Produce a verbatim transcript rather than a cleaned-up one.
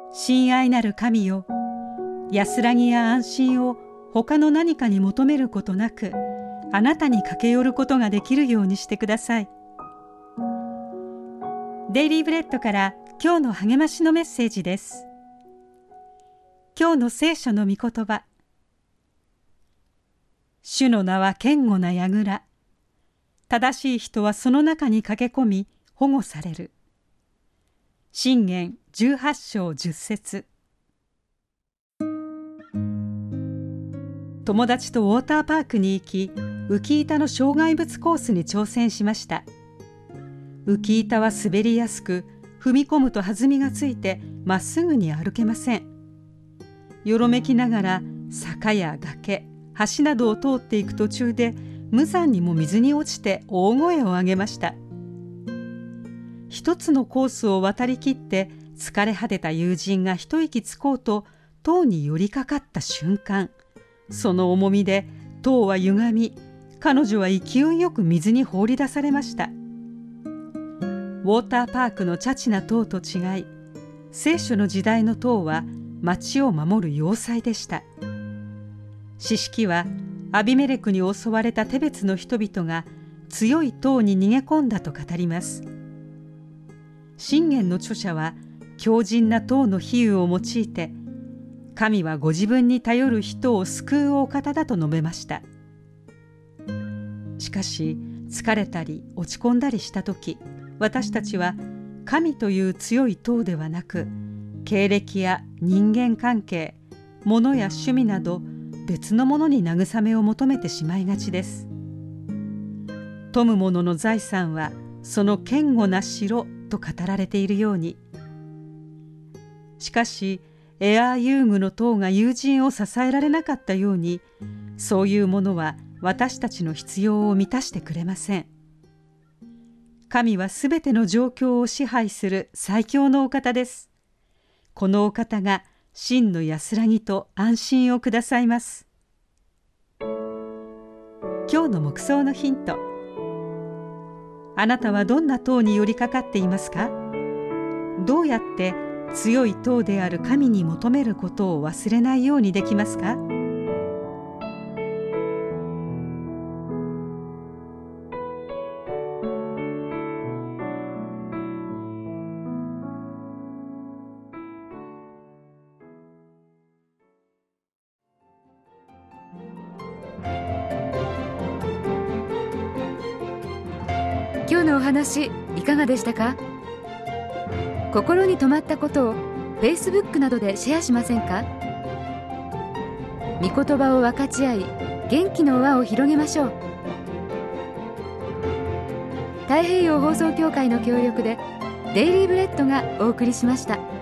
親愛なる神よ、安らぎや安心を他の何かに求めることなく、あなたに駆け寄ることができるようにしてください。デイリーブレッドから今日の励ましのメッセージです。今日の聖書の御言葉。主の名は堅固な櫓。正しい人はその中に駆け込み保護される。箴言じゅうはち章じゅっ節。友達とウォーターパークに行き、浮板の障害物コースに挑戦しました。浮板は滑りやすく、踏み込むと弾みがついてまっすぐに歩けません。よろめきながら坂や崖、橋などを通っていく途中で無残にも水に落ちて大声を上げました。一つのコースを渡りきって疲れ果てた友人が一息つこうと塔に寄りかかった瞬間、その重みで塔は歪み、彼女は勢いよく水に放り出されました。ウォーターパークのチャチな塔と違い、聖書の時代の塔は町を守る要塞でした。詩式はアビメレクに襲われたテベツの人々が強い塔に逃げ込んだと語ります。箴言の著者は強靭な塔の比喩を用いて、神はご自分に頼る人を救うお方だと述べました。しかし疲れたり落ち込んだりしたとき、私たちは神という強い塔ではなく、経歴や人間関係、物や趣味など別のものに慰めを求めてしまいがちです。富む者の財産はその堅固な城と語られているように、しかしエアー遊具の塔が友人を支えられなかったように、そういうものは私たちの必要を満たしてくれません。神はすべての状況を支配する最強のお方です。このお方が真の安らぎと安心をくださいます。今日の黙想のヒント。あなたはどんな塔に寄りかかっていますか？どうやって強い塔である神に求めることを忘れないようにできますか？ 今日のお話いかがでしたか？心に留まったことを Facebook などでシェアしませんか？御言葉を分かち合い、元気の輪を広げましょう。太平洋放送協会の協力でデイリーブレッドがお送りしました。